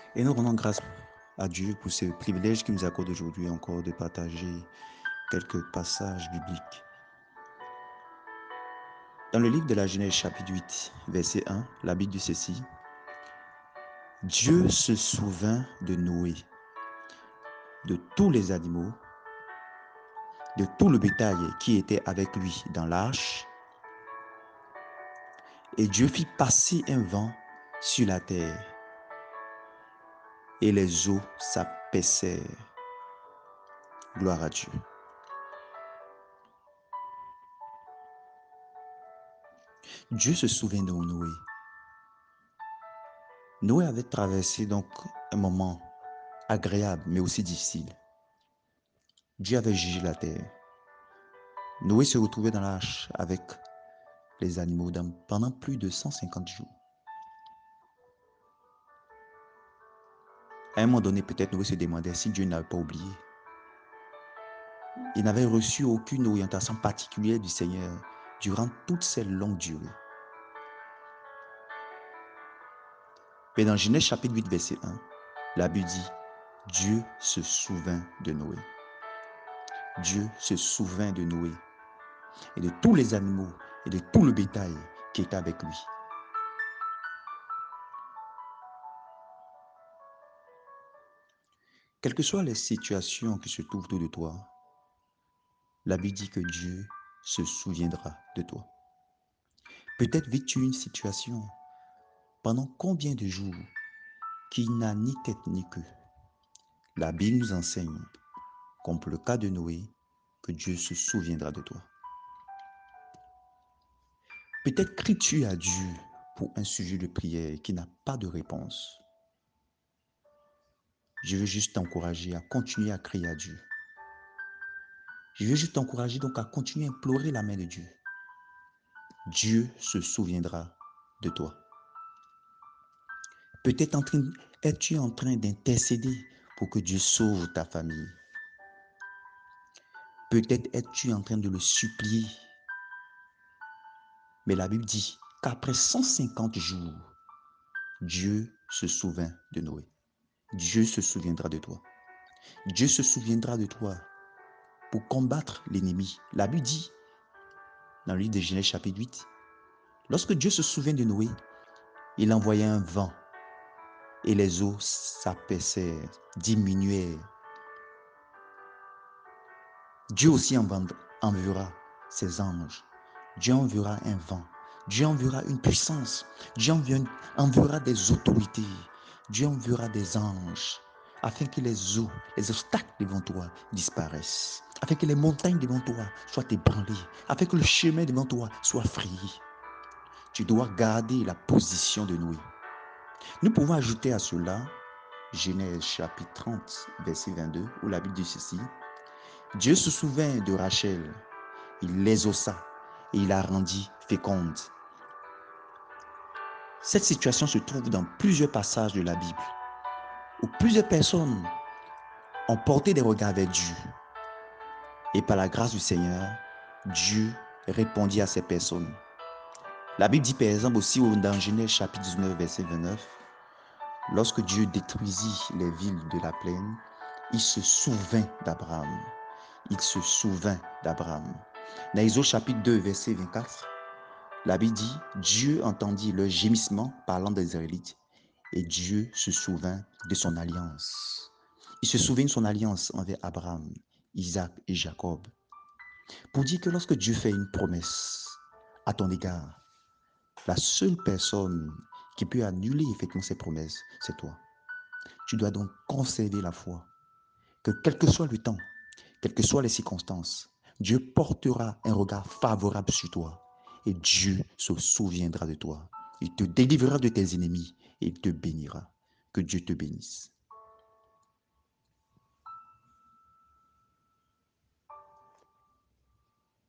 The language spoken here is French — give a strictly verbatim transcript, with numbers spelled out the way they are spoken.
Et nous rendons grâce à Dieu pour ce privilège qu'il nous accorde aujourd'hui encore de partager quelques passages bibliques. Dans le livre de la Genèse chapitre huit, verset un, la Bible dit ceci: Dieu se souvint de Noé, de tous les animaux, de tout le bétail qui était avec lui dans l'arche, et Dieu fit passer un vent sur la terre, et les eaux s'apaisèrent. Gloire à Dieu. Dieu se souvient de Noé. Noé avait traversé donc un moment agréable mais aussi difficile. Dieu avait jugé la terre. Noé se retrouvait dans l'arche avec les animaux pendant plus de cent cinquante jours. À un moment donné, peut-être Noé se demandait si Dieu n'avait pas oublié. Il n'avait reçu aucune orientation particulière du Seigneur durant toutes ces longues durées. Mais dans Genèse chapitre huit, verset un, la Bible dit: Dieu se souvint de Noé. Dieu se souvint de Noé et de tous les animaux et de tout le bétail qui était avec lui. Quelles que soient les situations qui se trouvent autour de toi, la Bible dit que Dieu se souviendra de toi. Peut-être vis-tu une situation pendant combien de jours qui n'a ni tête ni queue. La Bible nous enseigne, comme pour le cas de Noé, que Dieu se souviendra de toi. Peut-être cries-tu à Dieu pour un sujet de prière qui n'a pas de réponse. Je veux juste t'encourager à continuer à crier à Dieu. Je veux juste t'encourager donc à continuer à implorer la main de Dieu. Dieu se souviendra de toi. Peut-être en train, es-tu en train d'intercéder pour que Dieu sauve ta famille. Peut-être es-tu en train de le supplier. Mais la Bible dit qu'après cent cinquante jours, Dieu se souvint de Noé. Dieu se souviendra de toi. Dieu se souviendra de toi pour combattre l'ennemi. La Bible dit, dans le livre de Genèse chapitre huit, lorsque Dieu se souvient de Noé, il envoya un vent et les eaux s'apaisèrent, diminuèrent. Dieu aussi enverra ses anges. Dieu enverra un vent. Dieu enverra une puissance. Dieu enverra des autorités. Dieu enverra des anges afin que les eaux, les obstacles devant toi disparaissent. Afin que les montagnes devant toi soient ébranlées. Afin que le chemin devant toi soit frayé. Tu dois garder la position de Noé. Nous pouvons ajouter à cela Genèse chapitre trente, verset vingt-deux, où la Bible dit ceci: Dieu se souvint de Rachel, il l'exauça et il la rendit féconde. Cette situation se trouve dans plusieurs passages de la Bible, où plusieurs personnes ont porté des regards vers Dieu. Et par la grâce du Seigneur, Dieu répondit à ces personnes. La Bible dit par exemple aussi dans Genèse chapitre dix-neuf, verset vingt-neuf, lorsque Dieu détruisit les villes de la plaine, il se souvint d'Abraham. Il se souvint d'Abraham. Dans Exode chapitre deux, verset vingt-quatre, la Bible dit, Dieu entendit leur gémissement parlant des Israélites et Dieu se souvint de son alliance. Il se souvint de son alliance envers Abraham, Isaac et Jacob. Pour dire que lorsque Dieu fait une promesse à ton égard, la seule personne qui peut annuler effectivement ces promesses, c'est toi. Tu dois donc conserver la foi, que quel que soit le temps, quelles que soient les circonstances, Dieu portera un regard favorable sur toi et Dieu se souviendra de toi. Il te délivrera de tes ennemis et il te bénira. Que Dieu te bénisse.